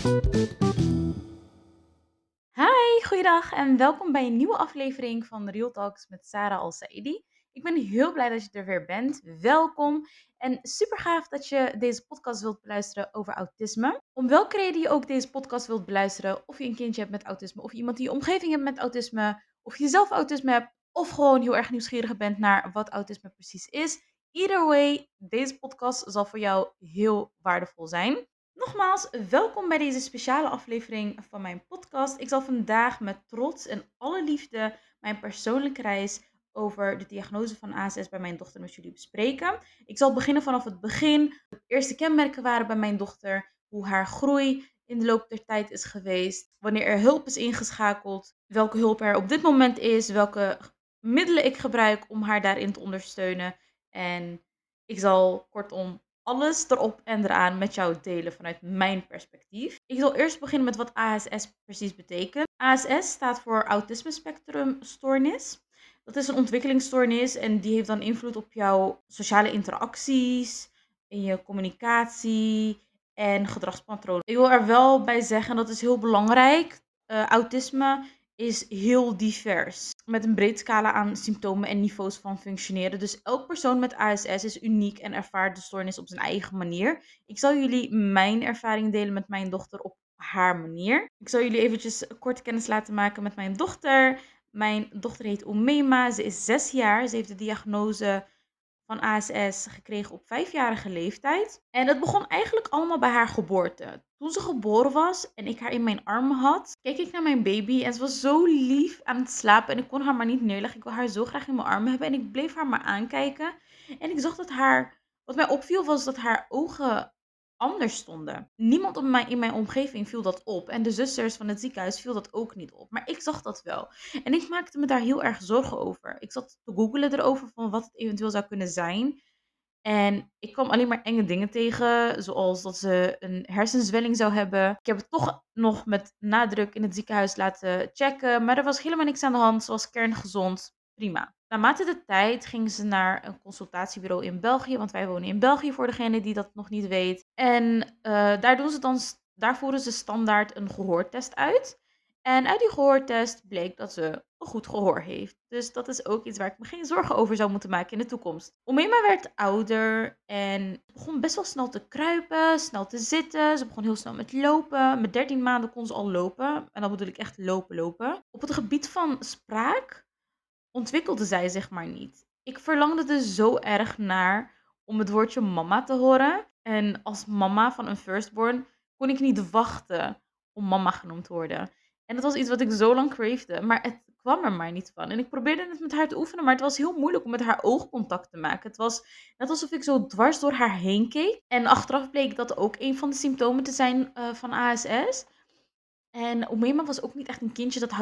Hi, goeiedag en welkom bij een nieuwe aflevering van Real Talks met Sarah Al-Saidi. Ik ben heel blij dat je er weer bent. Welkom en super gaaf dat je deze podcast wilt beluisteren over autisme. Om welke reden je ook deze podcast wilt beluisteren, of je een kindje hebt met autisme, of iemand die je omgeving hebt met autisme, of je zelf autisme hebt, of gewoon heel erg nieuwsgierig bent naar wat autisme precies is. Either way, deze podcast zal voor jou heel waardevol zijn. Nogmaals, welkom bij deze speciale aflevering van mijn podcast. Ik zal vandaag met trots en alle liefde mijn persoonlijke reis over de diagnose van ASS bij mijn dochter met jullie bespreken. Ik zal beginnen vanaf het begin. Wat de eerste kenmerken waren bij mijn dochter, hoe haar groei in de loop der tijd is geweest, wanneer er hulp is ingeschakeld, welke hulp er op dit moment is, welke middelen ik gebruik om haar daarin te ondersteunen. En ik zal kortom alles erop en eraan met jou delen vanuit mijn perspectief. Ik zal eerst beginnen met wat ASS precies betekent. ASS staat voor Autisme Spectrum Stoornis. Dat is een ontwikkelingsstoornis en die heeft dan invloed op jouw sociale interacties, in je communicatie en gedragspatronen. Ik wil er wel bij zeggen, dat is heel belangrijk. Autisme is heel divers, met een breed scala aan symptomen en niveaus van functioneren. Dus elk persoon met ASS is uniek en ervaart de stoornis op zijn eigen manier. Ik zal jullie mijn ervaring delen met mijn dochter op haar manier. Ik zal jullie eventjes kort kennis laten maken met mijn dochter. Mijn dochter heet Omema, ze is 6 jaar. Ze heeft de diagnose van ASS gekregen op 5-jarige leeftijd. En het begon eigenlijk allemaal bij haar geboorte. Toen ze geboren was en ik haar in mijn armen had, keek ik naar mijn baby en ze was zo lief aan het slapen en ik kon haar maar niet neerleggen. Ik wil haar zo graag in mijn armen hebben en ik bleef haar maar aankijken. En ik zag dat wat mij opviel was dat haar ogen anders stonden. Niemand in mijn omgeving viel dat op en de zusters van het ziekenhuis viel dat ook niet op. Maar ik zag dat wel. En ik maakte me daar heel erg zorgen over. Ik zat te googlen erover van wat het eventueel zou kunnen zijn. En ik kwam alleen maar enge dingen tegen, zoals dat ze een hersenzwelling zou hebben. Ik heb het toch nog met nadruk in het ziekenhuis laten checken, maar er was helemaal niks aan de hand. Ze was kerngezond, prima. Naarmate de tijd ging ze naar een consultatiebureau in België, want wij wonen in België voor degene die dat nog niet weet. En daar voeren ze standaard een gehoortest uit. En uit die gehoortest bleek dat ze een goed gehoor heeft. Dus dat is ook iets waar ik me geen zorgen over zou moeten maken in de toekomst. Omema werd ouder en begon best wel snel te kruipen, snel te zitten. Ze begon heel snel met lopen. Met 13 maanden kon ze al lopen. En dan bedoel ik echt lopen. Op het gebied van spraak ontwikkelde zij zich maar niet. Ik verlangde er zo erg naar om het woordje mama te horen. En als mama van een firstborn kon ik niet wachten om mama genoemd te worden. En dat was iets wat ik zo lang cravede, maar het kwam er maar niet van. En ik probeerde het met haar te oefenen, maar het was heel moeilijk om met haar oogcontact te maken. Het was net alsof ik zo dwars door haar heen keek. En achteraf bleek dat ook een van de symptomen te zijn van ASS. En Omema was ook niet echt een kindje dat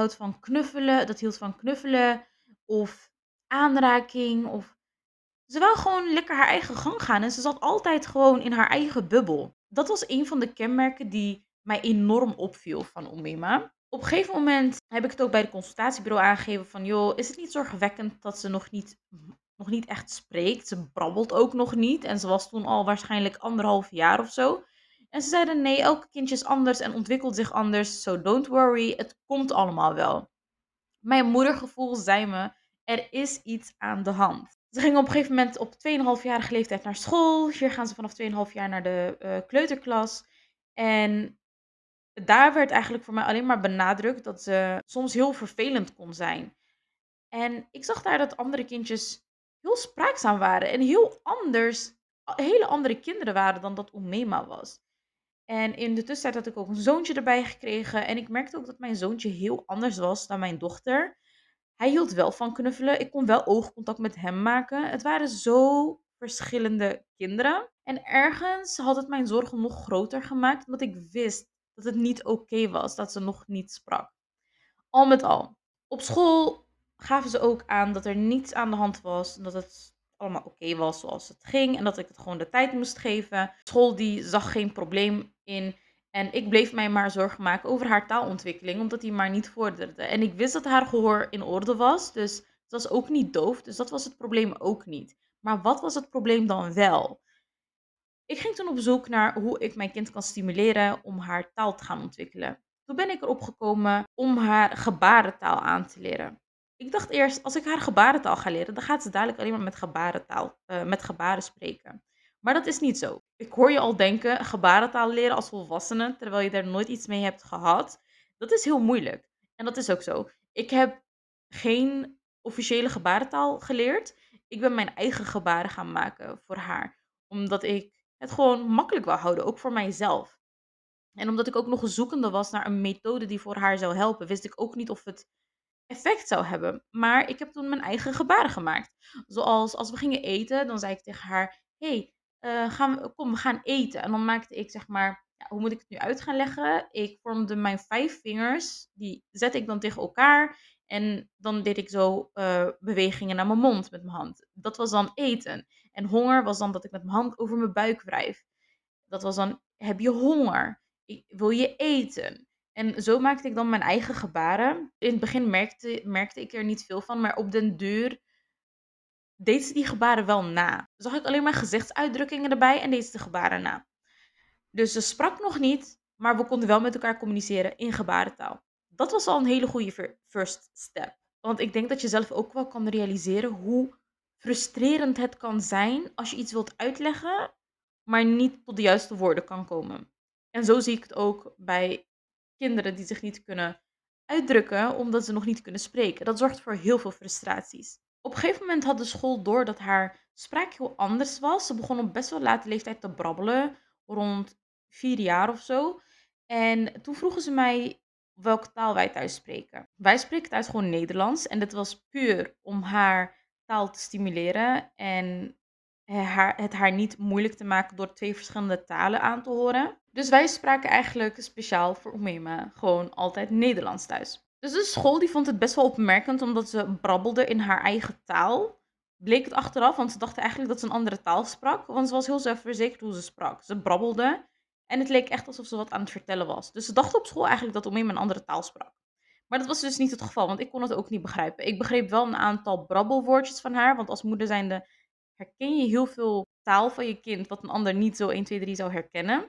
hield van knuffelen of aanraking. Ze wou gewoon lekker haar eigen gang gaan en ze zat altijd gewoon in haar eigen bubbel. Dat was een van de kenmerken die mij enorm opviel van Omema. Op een gegeven moment heb ik het ook bij de consultatiebureau aangegeven van, joh, is het niet zorgwekkend dat ze nog niet echt spreekt? Ze brabbelt ook nog niet en ze was toen al waarschijnlijk 1,5 jaar of zo. En ze zeiden, nee, elke kindje is anders en ontwikkelt zich anders, so don't worry, het komt allemaal wel. Mijn moedergevoel zei me, er is iets aan de hand. Ze gingen op een gegeven moment op 2,5-jarige leeftijd naar school. Hier gaan ze vanaf 2,5 jaar naar de kleuterklas. En daar werd eigenlijk voor mij alleen maar benadrukt dat ze soms heel vervelend kon zijn. En ik zag daar dat andere kindjes heel spraakzaam waren en hele andere kinderen waren dan dat Omema was. En in de tussentijd had ik ook een zoontje erbij gekregen. En ik merkte ook dat mijn zoontje heel anders was dan mijn dochter. Hij hield wel van knuffelen. Ik kon wel oogcontact met hem maken. Het waren zo verschillende kinderen. En ergens had het mijn zorgen nog groter gemaakt, omdat ik wist dat het niet oké was dat ze nog niet sprak. Al met al. Op school gaven ze ook aan dat er niets aan de hand was. En dat het allemaal oké was zoals het ging. En dat ik het gewoon de tijd moest geven. School die zag geen probleem in. En ik bleef mij maar zorgen maken over haar taalontwikkeling. Omdat die maar niet vorderde. En ik wist dat haar gehoor in orde was. Dus ze was ook niet doof. Dus dat was het probleem ook niet. Maar wat was het probleem dan wel? Ik ging toen op zoek naar hoe ik mijn kind kan stimuleren om haar taal te gaan ontwikkelen. Toen ben ik erop gekomen om haar gebarentaal aan te leren. Ik dacht eerst, als ik haar gebarentaal ga leren, dan gaat ze dadelijk alleen maar met gebarentaal, met gebaren spreken. Maar dat is niet zo. Ik hoor je al denken, gebarentaal leren als volwassene, terwijl je daar nooit iets mee hebt gehad. Dat is heel moeilijk. En dat is ook zo. Ik heb geen officiële gebarentaal geleerd. Ik ben mijn eigen gebaren gaan maken voor haar. Omdat ik het gewoon makkelijk wou houden, ook voor mijzelf. En omdat ik ook nog een zoekende was naar een methode die voor haar zou helpen, wist ik ook niet of het effect zou hebben. Maar ik heb toen mijn eigen gebaren gemaakt. Zoals als we gingen eten, dan zei ik tegen haar: hey, kom, we gaan eten. En dan maakte ik zeg maar, ja, hoe moet ik het nu uit gaan leggen? Ik vormde mijn 5 vingers, die zette ik dan tegen elkaar. En dan deed ik zo bewegingen naar mijn mond met mijn hand. Dat was dan eten. En honger was dan dat ik met mijn hand over mijn buik wrijf. Dat was dan: heb je honger? Wil je eten? En zo maakte ik dan mijn eigen gebaren. In het begin merkte ik er niet veel van, maar op den duur deed ze die gebaren wel na. Zag ik alleen maar gezichtsuitdrukkingen erbij en deed ze de gebaren na. Dus ze sprak nog niet, maar we konden wel met elkaar communiceren in gebarentaal. Dat was al een hele goede first step. Want ik denk dat je zelf ook wel kan realiseren hoe frustrerend het kan zijn als je iets wilt uitleggen, maar niet tot de juiste woorden kan komen. En zo zie ik het ook bij kinderen die zich niet kunnen uitdrukken omdat ze nog niet kunnen spreken. Dat zorgt voor heel veel frustraties. Op een gegeven moment had de school door dat haar spraak heel anders was. Ze begon op best wel late leeftijd te brabbelen, rond 4 jaar of zo. En toen vroegen ze mij welke taal wij thuis spreken. Wij spreken thuis gewoon Nederlands. En dit was puur om haar taal te stimuleren en het haar niet moeilijk te maken door 2 verschillende talen aan te horen. Dus wij spraken eigenlijk speciaal voor Oemema gewoon altijd Nederlands thuis. Dus de school die vond het best wel opmerkend omdat ze brabbelde in haar eigen taal. Bleek het achteraf, want ze dachten eigenlijk dat ze een andere taal sprak. Want ze was heel zelfverzekerd hoe ze sprak. Ze brabbelde en het leek echt alsof ze wat aan het vertellen was. Dus ze dachten op school eigenlijk dat Oemema een andere taal sprak. Maar dat was dus niet het geval, want ik kon het ook niet begrijpen. Ik begreep wel een aantal brabbelwoordjes van haar, want als moeder zijnde herken je heel veel taal van je kind wat een ander niet zo 1, 2, 3 zou herkennen.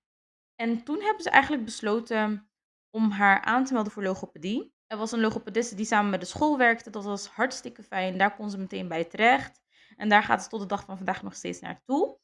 En toen hebben ze eigenlijk besloten om haar aan te melden voor logopedie. Er was een logopediste die samen met de school werkte. Dat was hartstikke fijn. Daar kon ze meteen bij terecht. En daar gaat ze tot de dag van vandaag nog steeds naartoe.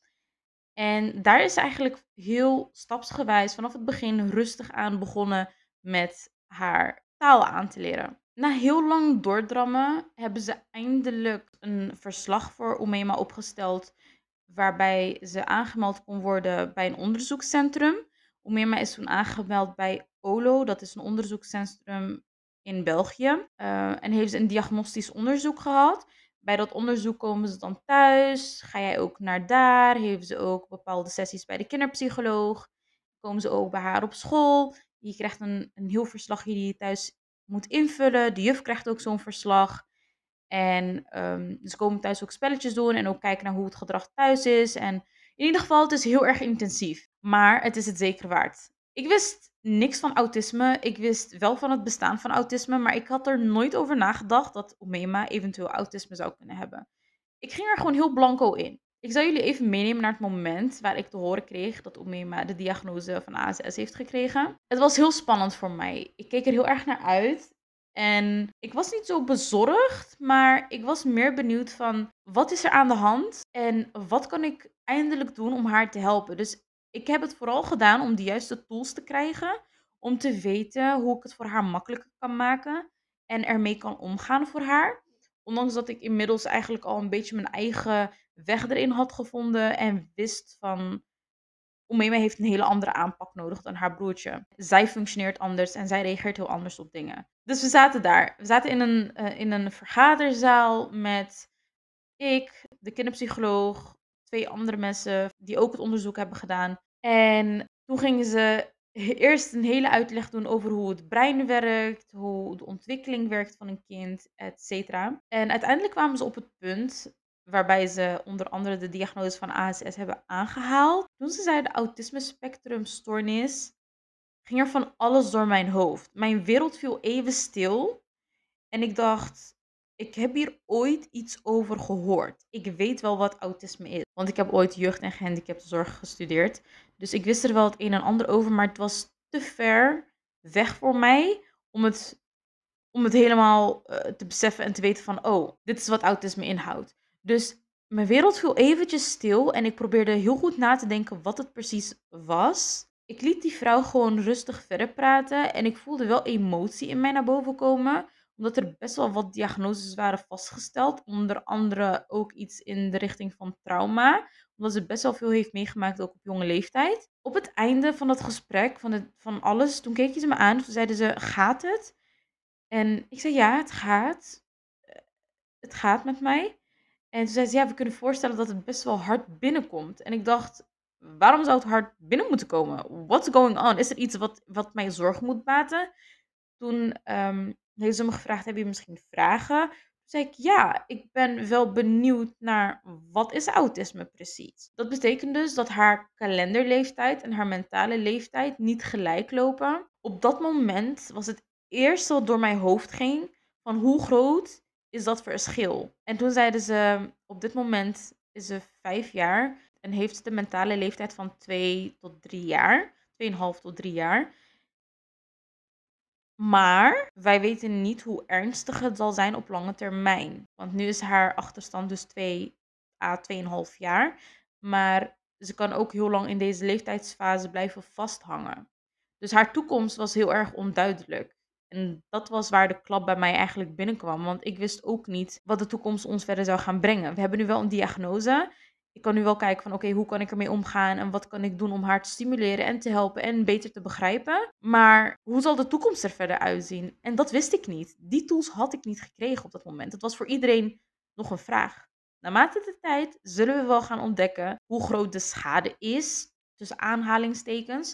En daar is ze eigenlijk heel stapsgewijs vanaf het begin rustig aan begonnen met haar taal aan te leren. Na heel lang doordrammen hebben ze eindelijk een verslag voor Oemema opgesteld, waarbij ze aangemeld kon worden bij een onderzoekscentrum. Oemema is toen aangemeld bij OLO, dat is een onderzoekscentrum in België. En heeft ze een diagnostisch onderzoek gehad. Bij dat onderzoek komen ze dan thuis. Ga jij ook naar daar? Heeft ze ook bepaalde sessies bij de kinderpsycholoog? Komen ze ook bij haar op school? Je krijgt een heel verslagje die je thuis moet invullen. De juf krijgt ook zo'n verslag. En ze komen thuis ook spelletjes doen en ook kijken naar hoe het gedrag thuis is. En in ieder geval, het is heel erg intensief. Maar het is het zeker waard. Ik wist niks van autisme. Ik wist wel van het bestaan van autisme, maar ik had er nooit over nagedacht dat Oemema eventueel autisme zou kunnen hebben. Ik ging er gewoon heel blanco in. Ik zal jullie even meenemen naar het moment waar ik te horen kreeg dat Oemema de diagnose van ASS heeft gekregen. Het was heel spannend voor mij. Ik keek er heel erg naar uit. En ik was niet zo bezorgd, maar ik was meer benieuwd van wat is er aan de hand en wat kan ik eindelijk doen om haar te helpen. Dus ik heb het vooral gedaan om de juiste tools te krijgen, om te weten hoe ik het voor haar makkelijker kan maken en ermee kan omgaan voor haar. Ondanks dat ik inmiddels eigenlijk al een beetje mijn eigen weg erin had gevonden en wist van Oemema heeft een hele andere aanpak nodig dan haar broertje. Zij functioneert anders en zij reageert heel anders op dingen. Dus we zaten daar. We zaten in een vergaderzaal met ik, de kinderpsycholoog, 2 andere mensen die ook het onderzoek hebben gedaan. En toen gingen ze eerst een hele uitleg doen over hoe het brein werkt, hoe de ontwikkeling werkt van een kind, et cetera. En uiteindelijk kwamen ze op het punt waarbij ze onder andere de diagnose van ASS hebben aangehaald. Toen ze zeiden autisme spectrumstoornis, ging er van alles door mijn hoofd. Mijn wereld viel even stil en ik dacht, Ik heb hier ooit iets over gehoord. Ik weet wel wat autisme is, want ik heb ooit jeugd- en gehandicaptenzorg gestudeerd. Dus ik wist er wel het een en ander over, maar het was te ver weg voor mij om het helemaal te beseffen en te weten van, oh, dit is wat autisme inhoudt. Dus mijn wereld viel eventjes stil en ik probeerde heel goed na te denken wat het precies was. Ik liet die vrouw gewoon rustig verder praten en ik voelde wel emotie in mij naar boven komen, omdat er best wel wat diagnoses waren vastgesteld, onder andere ook iets in de richting van trauma, omdat ze best wel veel heeft meegemaakt, ook op jonge leeftijd. Op het einde van dat gesprek, van alles, toen keek ze me aan, toen zeiden ze, gaat het? En ik zei: "Ja, het gaat. Het gaat met mij." En toen zei ze: "Ja, we kunnen voorstellen dat het best wel hard binnenkomt." En ik dacht: "Waarom zou het hard binnen moeten komen? What's going on? Is er iets wat mij zorg moet baten?" Toen heeft ze me gevraagd: "Heb je misschien vragen?" Toen zei ik: "Ja, ik ben wel benieuwd naar wat is autisme precies?" Dat betekent dus dat haar kalenderleeftijd en haar mentale leeftijd niet gelijk lopen. Op dat moment was het eerste wat door mijn hoofd ging van hoe groot is dat verschil? En toen zeiden ze: "Op dit moment is ze 5 jaar en heeft ze de mentale leeftijd van 2 tot 3 jaar, 2,5 tot 3 jaar. Maar wij weten niet hoe ernstig het zal zijn op lange termijn." Want nu is haar achterstand dus 2 à 2,5 jaar. Maar ze kan ook heel lang in deze leeftijdsfase blijven vasthangen. Dus haar toekomst was heel erg onduidelijk. En dat was waar de klap bij mij eigenlijk binnenkwam. Want ik wist ook niet wat de toekomst ons verder zou gaan brengen. We hebben nu wel een diagnose. Ik kan nu wel kijken van oké, hoe kan ik ermee omgaan en wat kan ik doen om haar te stimuleren en te helpen en beter te begrijpen. Maar hoe zal de toekomst er verder uitzien? En dat wist ik niet. Die tools had ik niet gekregen op dat moment. Het was voor iedereen nog een vraag. Naarmate de tijd zullen we wel gaan ontdekken hoe groot de schade is, tussen aanhalingstekens.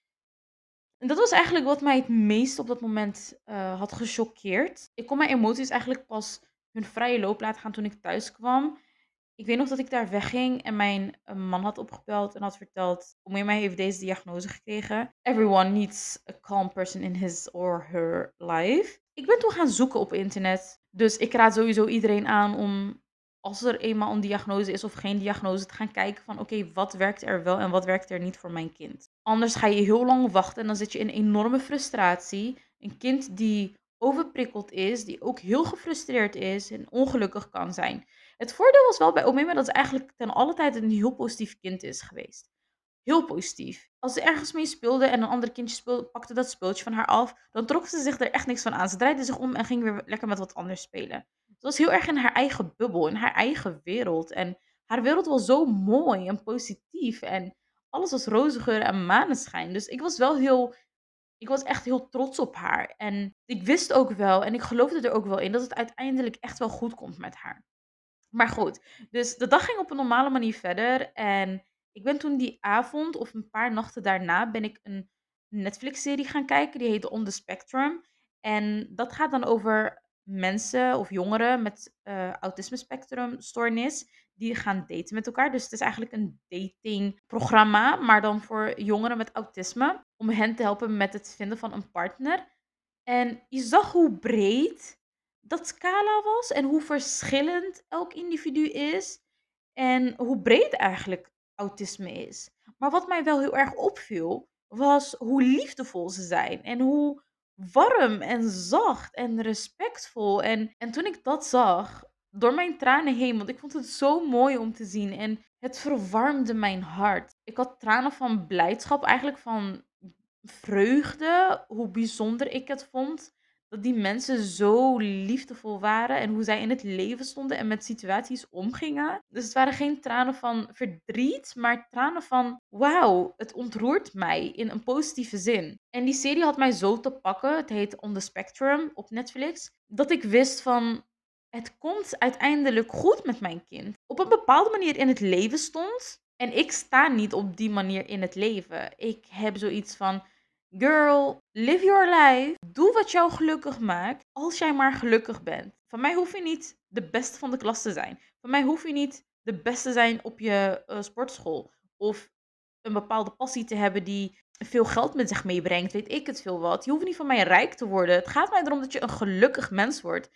En dat was eigenlijk wat mij het meest op dat moment had gechoqueerd. Ik kon mijn emoties eigenlijk pas hun vrije loop laten gaan toen ik thuis kwam. Ik weet nog dat ik daar wegging en mijn man had opgebeld en had verteld: "Omeima heeft deze diagnose gekregen. Everyone needs a calm person in his or her life." Ik ben toen gaan zoeken op internet. Dus ik raad sowieso iedereen aan om, als er eenmaal een diagnose is of geen diagnose, te gaan kijken van oké, wat werkt er wel en wat werkt er niet voor mijn kind. Anders ga je heel lang wachten en dan zit je in enorme frustratie. Een kind die overprikkeld is, die ook heel gefrustreerd is en ongelukkig kan zijn. Het voordeel was wel bij Omema dat ze eigenlijk ten alle tijde een heel positief kind is geweest. Heel positief. Als ze ergens mee speelde en een ander kindje pakte dat speeltje van haar af, dan trok ze zich er echt niks van aan. Ze draaide zich om en ging weer lekker met wat anders spelen. Ze was heel erg in haar eigen bubbel, in haar eigen wereld. En haar wereld was zo mooi en positief. En alles was roze geur en maneschijn. Dus ik was echt heel trots op haar. En ik wist ook wel, en ik geloofde er ook wel in, dat het uiteindelijk echt wel goed komt met haar. Maar goed, dus de dag ging op een normale manier verder. En ik ben toen die avond of een paar nachten daarna ben ik een Netflix-serie gaan kijken. Die heette On the Spectrum. En dat gaat dan over mensen of jongeren met autisme spectrum stoornis. Die gaan daten met elkaar. Dus het is eigenlijk een datingprogramma. Maar dan voor jongeren met autisme. Om hen te helpen met het vinden van een partner. En je zag hoe breed dat scala was en hoe verschillend elk individu is en hoe breed eigenlijk autisme is. Maar wat mij wel heel erg opviel, was hoe liefdevol ze zijn en hoe warm en zacht en respectvol. En toen ik dat zag, door mijn tranen heen, want ik vond het zo mooi om te zien en het verwarmde mijn hart. Ik had tranen van blijdschap, eigenlijk van vreugde, hoe bijzonder ik het vond dat die mensen zo liefdevol waren en hoe zij in het leven stonden en met situaties omgingen. Dus het waren geen tranen van verdriet, maar tranen van wauw, het ontroert mij in een positieve zin. En die serie had mij zo te pakken, het heet On the Spectrum op Netflix, dat ik wist van het komt uiteindelijk goed met mijn kind. Op een bepaalde manier in het leven stond en ik sta niet op die manier in het leven. Ik heb zoiets van girl, live your life. Doe wat jou gelukkig maakt, als jij maar gelukkig bent. Van mij hoef je niet de beste van de klas te zijn. Van mij hoef je niet de beste te zijn op je sportschool. Of een bepaalde passie te hebben die veel geld met zich meebrengt. Weet ik het veel wat. Je hoeft niet van mij rijk te worden. Het gaat mij erom dat je een gelukkig mens wordt.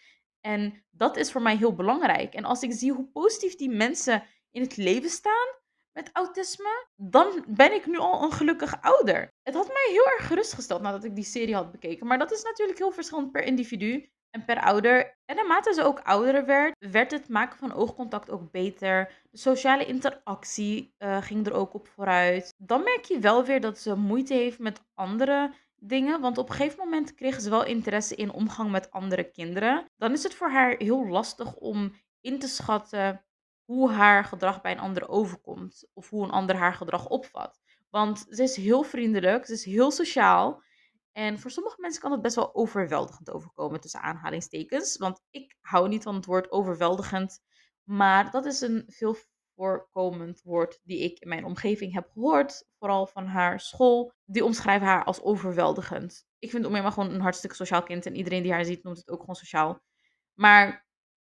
En dat is voor mij heel belangrijk. En als ik zie hoe positief die mensen in het leven staan met autisme, dan ben ik nu al een gelukkig ouder. Het had mij heel erg gerustgesteld nadat ik die serie had bekeken. Maar dat is natuurlijk heel verschillend per individu en per ouder. En naarmate ze ook ouder werd, werd het maken van oogcontact ook beter. De sociale interactie ging er ook op vooruit. Dan merk je wel weer dat ze moeite heeft met andere dingen. Want op een gegeven moment kreeg ze wel interesse in omgang met andere kinderen. Dan is het voor haar heel lastig om in te schatten hoe haar gedrag bij een ander overkomt. Of hoe een ander haar gedrag opvat. Want ze is heel vriendelijk, ze is heel sociaal. En voor sommige mensen kan het best wel overweldigend overkomen, tussen aanhalingstekens. Want ik hou niet van het woord overweldigend. Maar dat is een veel voorkomend woord die ik in mijn omgeving heb gehoord. Vooral van haar school. Die omschrijven haar als overweldigend. Ik vind Omema gewoon een hartstikke sociaal kind. En iedereen die haar ziet noemt het ook gewoon sociaal. Maar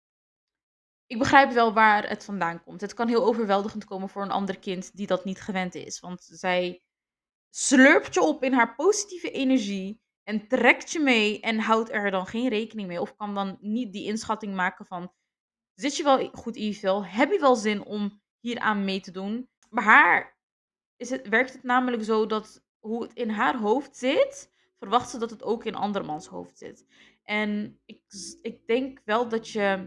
ik begrijp wel waar het vandaan komt. Het kan heel overweldigend komen voor een ander kind die dat niet gewend is. Want zij slurpt je op in haar positieve energie en trekt je mee en houdt er dan geen rekening mee. Of kan dan niet die inschatting maken van, zit je wel goed in je vel? Heb je wel zin om hier aan mee te doen? Bij haar werkt het namelijk zo dat hoe het in haar hoofd zit, verwacht ze dat het ook in andermans hoofd zit. En ik denk wel dat je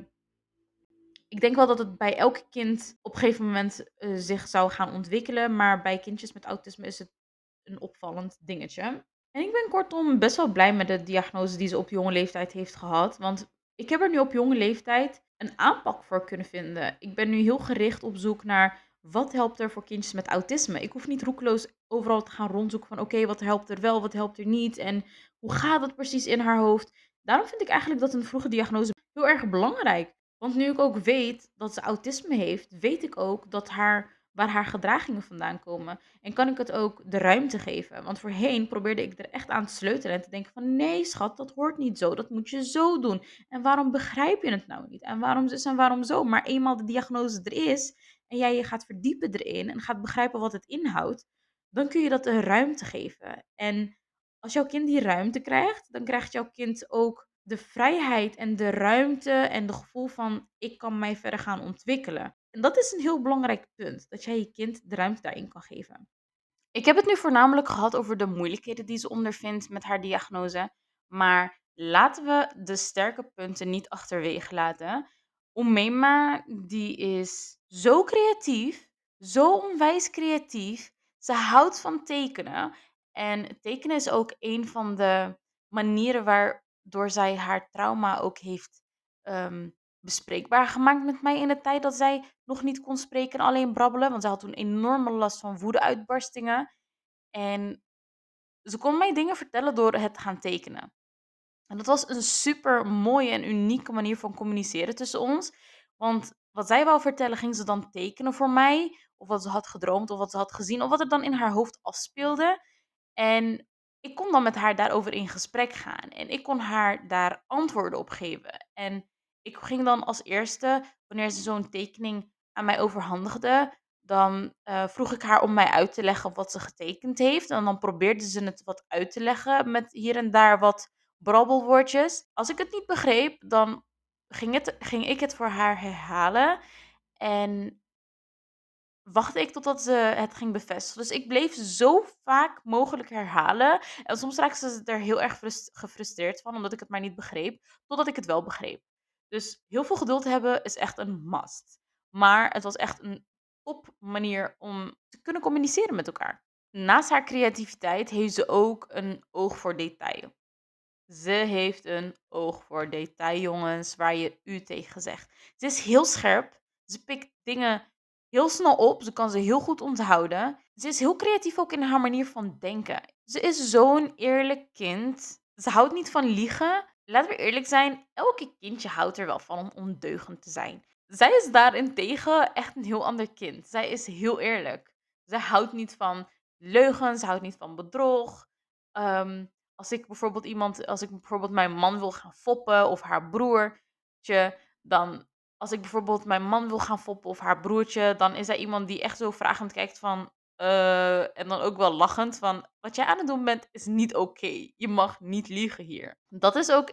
ik denk wel dat het bij elk kind op een gegeven moment zich zou gaan ontwikkelen. Maar bij kindjes met autisme is het een opvallend dingetje. En ik ben kortom best wel blij met de diagnose die ze op jonge leeftijd heeft gehad. Want ik heb er nu op jonge leeftijd een aanpak voor kunnen vinden. Ik ben nu heel gericht op zoek naar wat helpt er voor kindjes met autisme. Ik hoef niet roekeloos overal te gaan rondzoeken van oké, wat helpt er wel, wat helpt er niet. En hoe gaat het precies in haar hoofd. Daarom vind ik eigenlijk dat een vroege diagnose heel erg belangrijk. Want nu ik ook weet dat ze autisme heeft, weet ik ook waar haar gedragingen vandaan komen. En kan ik het ook de ruimte geven. Want voorheen probeerde ik er echt aan te sleutelen en te denken van nee schat, dat hoort niet zo. Dat moet je zo doen. En waarom begrijp je het nou niet? En waarom zus en waarom zo? Maar eenmaal de diagnose er is en jij je gaat verdiepen erin en gaat begrijpen wat het inhoudt, dan kun je dat een ruimte geven. En als jouw kind die ruimte krijgt, dan krijgt jouw kind ook de vrijheid en de ruimte en de gevoel van ik kan mij verder gaan ontwikkelen. En dat is een heel belangrijk punt, dat jij je kind de ruimte daarin kan geven. Ik heb het nu voornamelijk gehad over de moeilijkheden die ze ondervindt met haar diagnose. Maar laten we de sterke punten niet achterwege laten. Omema, die is zo creatief, zo onwijs creatief. Ze houdt van tekenen. En tekenen is ook een van de manieren waardoor zij haar trauma ook heeft ehm, bespreekbaar gemaakt met mij in de tijd dat zij nog niet kon spreken en alleen brabbelen. Want ze had toen enorme last van woedeuitbarstingen. En ze kon mij dingen vertellen door het te gaan tekenen. En dat was een super mooie en unieke manier van communiceren tussen ons. Want wat zij wou vertellen, ging ze dan tekenen voor mij. Of wat ze had gedroomd, of wat ze had gezien, of wat er dan in haar hoofd afspeelde. En ik kon dan met haar daarover in gesprek gaan. En ik kon haar daar antwoorden op geven. En ik ging dan als eerste, wanneer ze zo'n tekening aan mij overhandigde, dan vroeg ik haar om mij uit te leggen wat ze getekend heeft. En dan probeerde ze het wat uit te leggen met hier en daar wat brabbelwoordjes. Als ik het niet begreep, dan ging ik het voor haar herhalen. En wachtte ik totdat ze het ging bevestigen. Dus ik bleef zo vaak mogelijk herhalen. En soms raakte ze er heel erg gefrustreerd van, omdat ik het maar niet begreep, totdat ik het wel begreep. Dus heel veel geduld hebben is echt een must. Maar het was echt een top manier om te kunnen communiceren met elkaar. Naast haar creativiteit heeft ze ook een oog voor detail. Ze heeft een oog voor detail, jongens, waar je u tegen zegt. Ze is heel scherp. Ze pikt dingen heel snel op. Ze kan ze heel goed onthouden. Ze is heel creatief ook in haar manier van denken. Ze is zo'n eerlijk kind. Ze houdt niet van liegen. Laten we eerlijk zijn, elke kindje houdt er wel van om ondeugend te zijn. Zij is daarentegen echt een heel ander kind. Zij is heel eerlijk. Zij houdt niet van leugens, ze houdt niet van bedrog. Ehm, als ik bijvoorbeeld mijn man wil gaan foppen of haar broertje, dan als ik bijvoorbeeld mijn man wil gaan foppen of haar broertje, dan is hij iemand die echt zo vragend kijkt van, en dan ook wel lachend van, wat jij aan het doen bent is niet oké. Je mag niet liegen hier. Dat is ook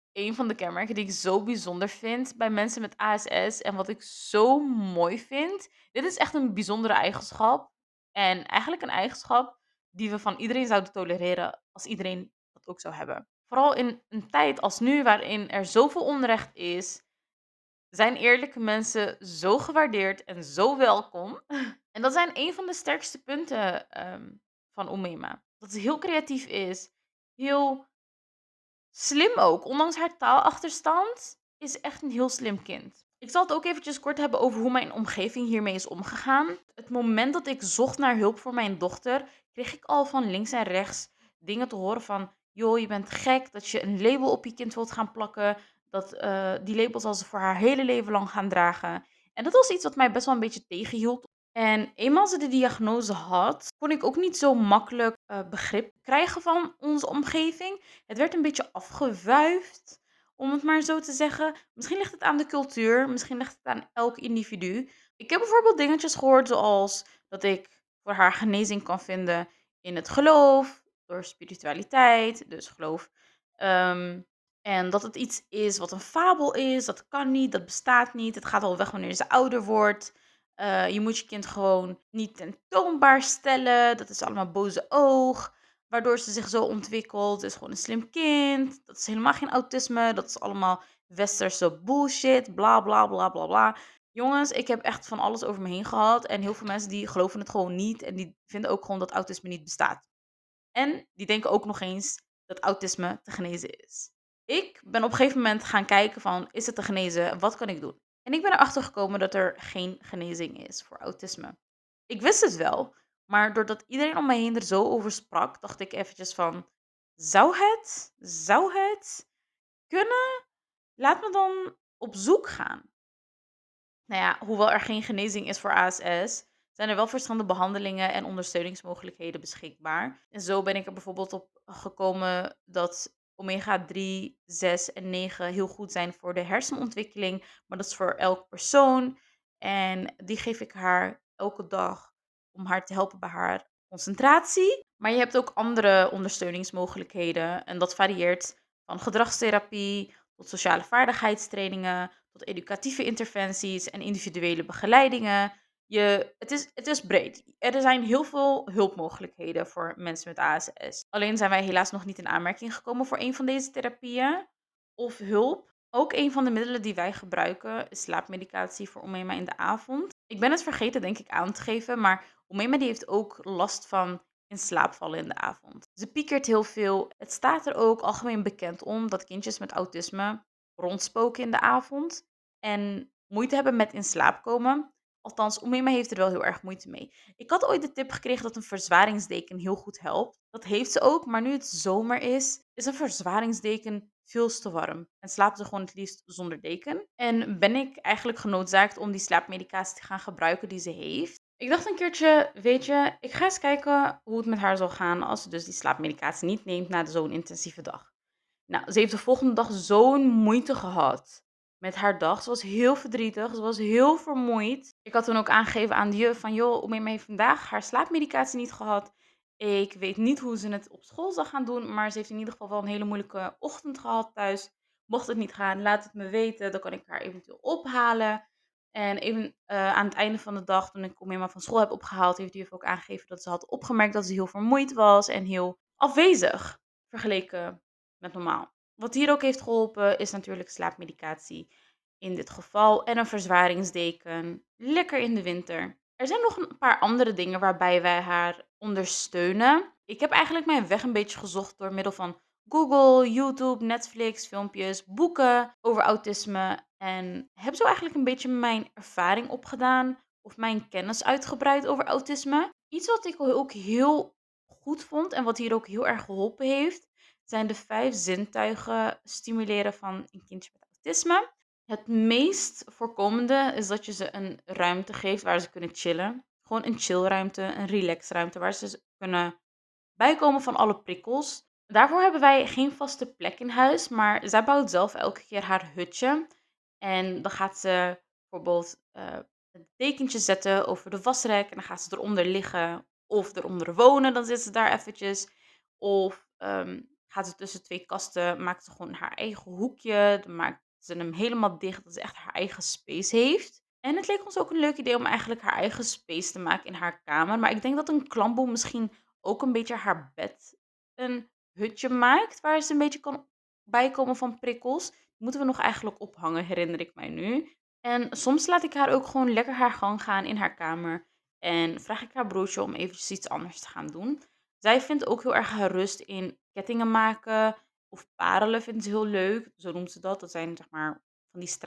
een van de kenmerken die ik zo bijzonder vind bij mensen met ASS en wat ik zo mooi vind. Dit is echt een bijzondere eigenschap en eigenlijk een eigenschap die we van iedereen zouden tolereren als iedereen dat ook zou hebben. Vooral in een tijd als nu waarin er zoveel onrecht is, zijn eerlijke mensen zo gewaardeerd en zo welkom. En dat zijn een van de sterkste punten van Umema. Dat ze heel creatief is, heel slim ook. Ondanks haar taalachterstand is echt een heel slim kind. Ik zal het ook eventjes kort hebben over hoe mijn omgeving hiermee is omgegaan. Het moment dat ik zocht naar hulp voor mijn dochter, kreeg ik al van links en rechts dingen te horen van... joh, je bent gek dat je een label op je kind wilt gaan plakken. Dat die label zal ze voor haar hele leven lang gaan dragen. En dat was iets wat mij best wel een beetje tegenhield. En eenmaal ze de diagnose had, kon ik ook niet zo makkelijk begrip krijgen van onze omgeving. Het werd een beetje afgewuifd, om het maar zo te zeggen. Misschien ligt het aan de cultuur, misschien ligt het aan elk individu. Ik heb bijvoorbeeld dingetjes gehoord zoals dat ik voor haar genezing kan vinden in het geloof, door spiritualiteit, dus geloof. Ehm, en dat het iets is wat een fabel is, dat kan niet, dat bestaat niet. Het gaat al weg wanneer ze ouder wordt. Je moet je kind gewoon niet tentoonbaar stellen. Dat is allemaal boze oog. Waardoor ze zich zo ontwikkelt. Het is gewoon een slim kind. Dat is helemaal geen autisme. Dat is allemaal westerse bullshit. Bla bla bla bla bla. Jongens, ik heb echt van alles over me heen gehad. En heel veel mensen die geloven het gewoon niet. En die vinden ook gewoon dat autisme niet bestaat. En die denken ook nog eens dat autisme te genezen is. Ik ben op een gegeven moment gaan kijken van, is het te genezen? Wat kan ik doen? En ik ben erachter gekomen dat er geen genezing is voor autisme. Ik wist het wel, maar doordat iedereen om me heen er zo over sprak, dacht ik eventjes van, zou het kunnen? Laat me dan op zoek gaan. Nou ja, hoewel er geen genezing is voor ASS, zijn er wel verschillende behandelingen en ondersteuningsmogelijkheden beschikbaar. En zo ben ik er bijvoorbeeld op gekomen dat omega 3, 6 en 9 heel goed zijn voor de hersenontwikkeling. Maar dat is voor elk persoon. En die geef ik haar elke dag om haar te helpen bij haar concentratie. Maar je hebt ook andere ondersteuningsmogelijkheden. En dat varieert van gedragstherapie tot sociale vaardigheidstrainingen, tot educatieve interventies en individuele begeleidingen. Het is breed. Er zijn heel veel hulpmogelijkheden voor mensen met ASS. Alleen zijn wij helaas nog niet in aanmerking gekomen voor een van deze therapieën of hulp. Ook een van de middelen die wij gebruiken is slaapmedicatie voor Omema in de avond. Ik ben het vergeten, denk ik, aan te geven, maar Omema die heeft ook last van in slaap vallen in de avond. Ze piekert heel veel. Het staat er ook algemeen bekend om dat kindjes met autisme rondspoken in de avond en moeite hebben met in slaap komen. Althans, Omema heeft er wel heel erg moeite mee. Ik had ooit de tip gekregen dat een verzwaringsdeken heel goed helpt. Dat heeft ze ook, maar nu het zomer is een verzwaringsdeken veel te warm. En slaapt ze gewoon het liefst zonder deken. En ben ik eigenlijk genoodzaakt om die slaapmedicatie te gaan gebruiken die ze heeft. Ik dacht een keertje, weet je, ik ga eens kijken hoe het met haar zal gaan als ze dus die slaapmedicatie niet neemt na zo'n intensieve dag. Nou, ze heeft de volgende dag zo'n moeite gehad met haar dag. Ze was heel verdrietig, ze was heel vermoeid. Ik had toen ook aangegeven aan de juf van, joh, Omema heeft vandaag haar slaapmedicatie niet gehad. Ik weet niet hoe ze het op school zal gaan doen, maar ze heeft in ieder geval wel een hele moeilijke ochtend gehad thuis. Mocht het niet gaan, laat het me weten, dan kan ik haar eventueel ophalen. En even aan het einde van de dag, toen ik Omema van school heb opgehaald, heeft de juf ook aangegeven dat ze had opgemerkt dat ze heel vermoeid was en heel afwezig vergeleken met normaal. Wat hier ook heeft geholpen is natuurlijk slaapmedicatie in dit geval en een verzwaringsdeken. Lekker in de winter. Er zijn nog een paar andere dingen waarbij wij haar ondersteunen. Ik heb eigenlijk mijn weg een beetje gezocht door middel van Google, YouTube, Netflix, filmpjes, boeken over autisme. En heb zo eigenlijk een beetje mijn ervaring opgedaan of mijn kennis uitgebreid over autisme. Iets wat ik ook heel goed vond en wat hier ook heel erg geholpen heeft, zijn de 5 zintuigen stimuleren van een kindje met autisme. Het meest voorkomende is dat je ze een ruimte geeft waar ze kunnen chillen. Gewoon een chillruimte, een relaxruimte waar ze kunnen bijkomen van alle prikkels. Daarvoor hebben wij geen vaste plek in huis, maar zij bouwt zelf elke keer haar hutje. En dan gaat ze bijvoorbeeld een dekentje zetten over de wasrek en dan gaat ze eronder liggen of eronder wonen, dan zit ze daar eventjes. Of gaat ze tussen 2 kasten, maakt ze gewoon haar eigen hoekje. Dan maakt ze hem helemaal dicht, dat ze echt haar eigen space heeft. En het leek ons ook een leuk idee om eigenlijk haar eigen space te maken in haar kamer. Maar ik denk dat een klamboe misschien ook een beetje haar bed een hutje maakt, waar ze een beetje kan bijkomen van prikkels. Die moeten we nog eigenlijk ophangen, herinner ik mij nu. En soms laat ik haar ook gewoon lekker haar gang gaan in haar kamer. En vraag ik haar broertje om eventjes iets anders te gaan doen. Zij vindt ook heel erg haar rust in kettingen maken of parelen vindt ze heel leuk. Zo noemt ze dat. Dat zijn zeg maar van die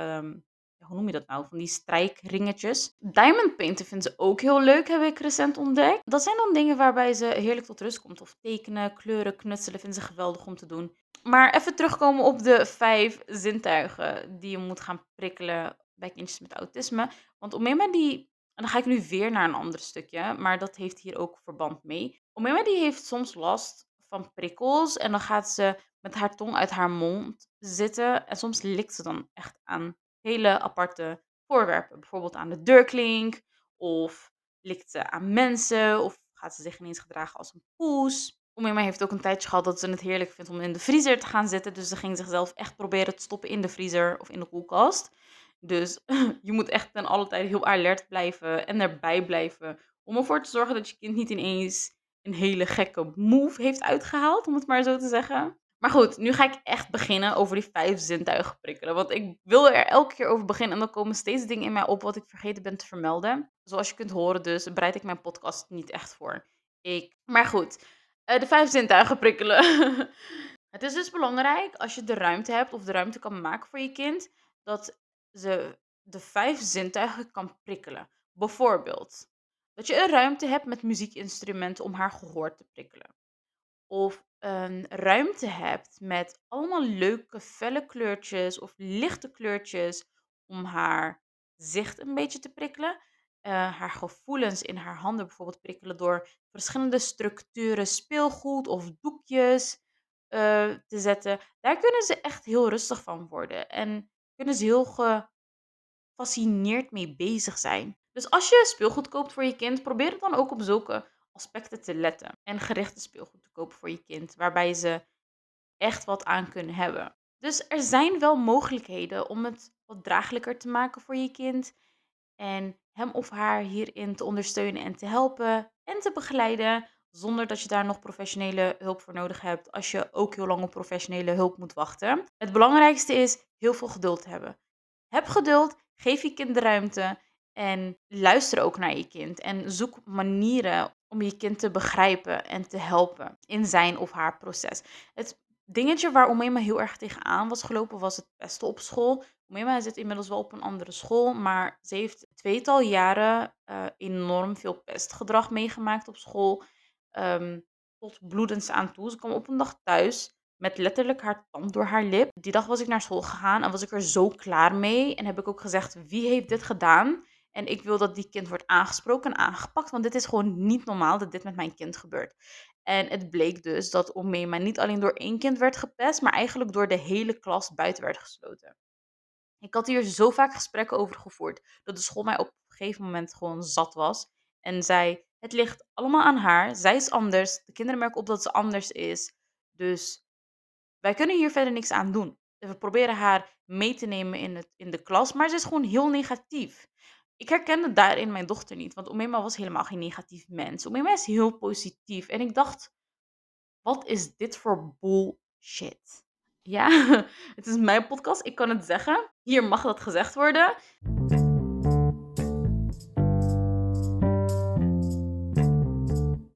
ja, hoe noem je dat nou? Van die strijkringetjes. Diamond painten vindt ze ook heel leuk, heb ik recent ontdekt. Dat zijn dan dingen waarbij ze heerlijk tot rust komt. Of tekenen, kleuren, knutselen vindt ze geweldig om te doen. Maar even terugkomen op de 5 zintuigen die je moet gaan prikkelen bij kindjes met autisme. Want Omema die, en dan ga ik nu weer naar een ander stukje, maar dat heeft hier ook verband mee. Omema die heeft soms last van prikkels en dan gaat ze met haar tong uit haar mond zitten en soms likt ze dan echt aan hele aparte voorwerpen. Bijvoorbeeld aan de deurklink of likt ze aan mensen of gaat ze zich ineens gedragen als een poes. Omema heeft ook een tijdje gehad dat ze het heerlijk vindt om in de vriezer te gaan zitten. Dus ze ging zichzelf echt proberen te stoppen in de vriezer of in de koelkast. Dus je moet echt ten alle tijde heel alert blijven en erbij blijven. Om ervoor te zorgen dat je kind niet ineens een hele gekke move heeft uitgehaald, om het maar zo te zeggen. Maar goed, nu ga ik echt beginnen over die 5 zintuigen prikkelen. Want ik wil er elke keer over beginnen en dan komen steeds dingen in mij op wat ik vergeten ben te vermelden. Zoals je kunt horen dus bereid ik mijn podcast niet echt voor. Maar goed, de 5 zintuigen prikkelen. Het is dus belangrijk als je de ruimte hebt of de ruimte kan maken voor je kind, dat ze de 5 zintuigen kan prikkelen. Bijvoorbeeld, dat je een ruimte hebt met muziekinstrumenten om haar gehoor te prikkelen. Of een ruimte hebt met allemaal leuke felle kleurtjes of lichte kleurtjes om haar zicht een beetje te prikkelen. Haar gevoelens in haar handen bijvoorbeeld prikkelen door verschillende structuren speelgoed of doekjes te zetten. Daar kunnen ze echt heel rustig van worden en kunnen ze heel gefascineerd mee bezig zijn. Dus als je speelgoed koopt voor je kind, probeer het dan ook op zulke aspecten te letten. En gerichte speelgoed te kopen voor je kind, waarbij ze echt wat aan kunnen hebben. Dus er zijn wel mogelijkheden om het wat draaglijker te maken voor je kind. En hem of haar hierin te ondersteunen en te helpen en te begeleiden. Zonder dat je daar nog professionele hulp voor nodig hebt. Als je ook heel lang op professionele hulp moet wachten. Het belangrijkste is heel veel geduld hebben. Heb geduld, geef je kind de ruimte en luister ook naar je kind. En zoek manieren om je kind te begrijpen en te helpen in zijn of haar proces. Het dingetje waar Omema heel erg tegenaan was gelopen was het pesten op school. Omema zit inmiddels wel op een andere school, maar ze heeft 2-tal jaren enorm veel pestgedrag meegemaakt op school. Ehm, Tot bloedens aan toe. Ze kwam op een dag thuis met letterlijk haar tand door haar lip. Die dag was ik naar school gegaan en was ik er zo klaar mee. En heb ik ook gezegd, wie heeft dit gedaan? En ik wil dat die kind wordt aangesproken en aangepakt, want dit is gewoon niet normaal dat dit met mijn kind gebeurt. En het bleek dus dat Omema niet alleen door 1 kind werd gepest, maar eigenlijk door de hele klas buiten werd gesloten. Ik had hier zo vaak gesprekken over gevoerd, dat de school mij op een gegeven moment gewoon zat was. En zei, het ligt allemaal aan haar, zij is anders, de kinderen merken op dat ze anders is. Dus wij kunnen hier verder niks aan doen. We proberen haar mee te nemen in de klas, maar ze is gewoon heel negatief. Ik herkende daarin mijn dochter niet, want Omema was helemaal geen negatief mens. Omema is heel positief. En ik dacht, wat is dit voor bullshit? Ja, het is mijn podcast, ik kan het zeggen. Hier mag dat gezegd worden.